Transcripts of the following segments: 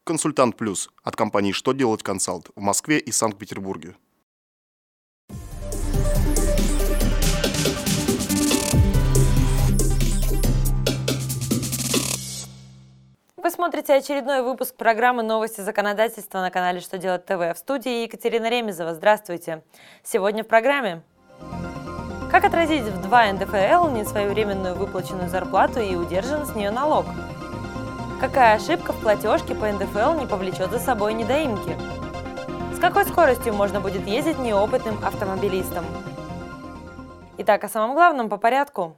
Консультант Плюс от компании «Что делать консалт» в Москве и Санкт-Петербурге. Вы смотрите очередной выпуск программы «Новости законодательства» на канале «Что делать ТВ». В студии Екатерина Ремезова. Здравствуйте. Сегодня в программе. Как отразить в 2 НДФЛ несвоевременную выплаченную зарплату и удержан с нее налог? Какая ошибка в платежке по НДФЛ не повлечет за собой недоимки? С какой скоростью можно будет ездить неопытным автомобилистам? Итак, о самом главном по порядку.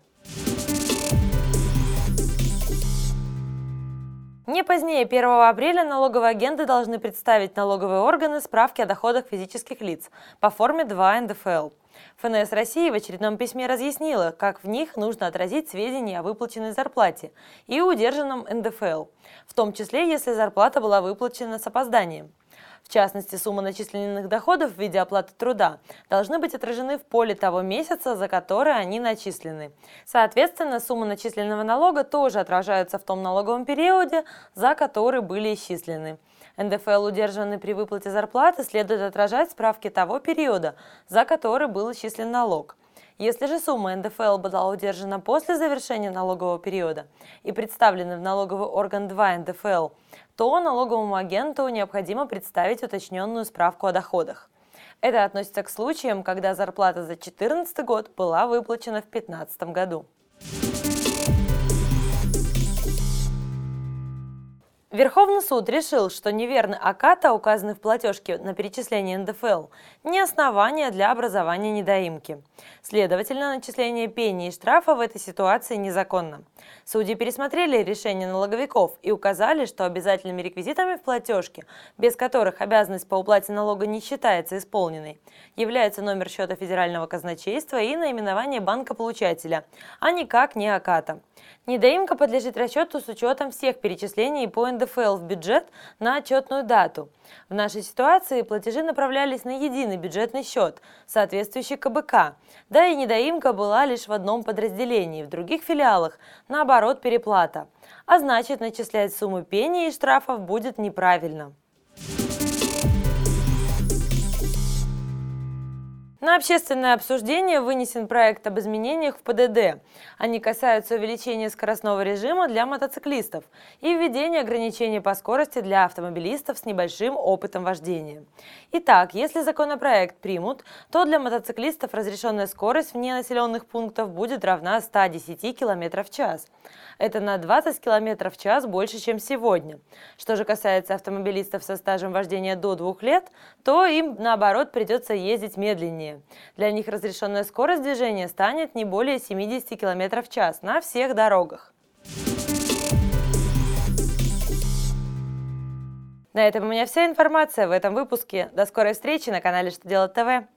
Не позднее 1 апреля налоговые агенты должны представить налоговые органы справки о доходах физических лиц по форме 2 НДФЛ. ФНС России в очередном письме разъяснила, как в них нужно отразить сведения о выплаченной зарплате и удержанном НДФЛ, в том числе, если зарплата была выплачена с опозданием. В частности, сумма начисленных доходов в виде оплаты труда должны быть отражены в поле того месяца, за который они начислены. Соответственно, сумма начисленного налога тоже отражается в том налоговом периоде, за который были исчислены. НДФЛ, удержанный при выплате зарплаты, следует отражать в справке того периода, за который был исчислен налог. Если же сумма НДФЛ была удержана после завершения налогового периода и представлена в налоговый орган 2 НДФЛ, то налоговому агенту необходимо представить уточненную справку о доходах. Это относится к случаям, когда зарплата за 2014 год была выплачена в 2015 году. Верховный суд решил, что неверный ОКАТа, указанный в платежке на перечисление НДФЛ, не основание для образования недоимки. Следовательно, начисление пени и штрафа в этой ситуации незаконно. Судьи пересмотрели решение налоговиков и указали, что обязательными реквизитами в платежке, без которых обязанность по уплате налога не считается исполненной, являются номер счета федерального казначейства и наименование банка-получателя, а никак не ОКАТа. Недоимка подлежит расчету с учетом всех перечислений по НДФЛ в бюджет на отчетную дату. В нашей ситуации платежи направлялись на единый бюджетный счет, соответствующий КБК, да и недоимка была лишь в одном подразделении, в других филиалах, наоборот, переплата. А значит, начислять сумму пени и штрафов будет неправильно. На общественное обсуждение вынесен проект об изменениях в ПДД. Они касаются увеличения скоростного режима для мотоциклистов и введения ограничений по скорости для автомобилистов с небольшим опытом вождения. Итак, если законопроект примут, то для мотоциклистов разрешенная скорость вне населенных пунктов будет равна 110 км в час. Это на 20 км в час больше, чем сегодня. Что же касается автомобилистов со стажем вождения до 2 лет, то им, наоборот, придется ездить медленнее. Для них разрешенная скорость движения станет не более 70 км в час на всех дорогах. На этом у меня вся информация в этом выпуске. До скорой встречи на канале «Что делать ТВ».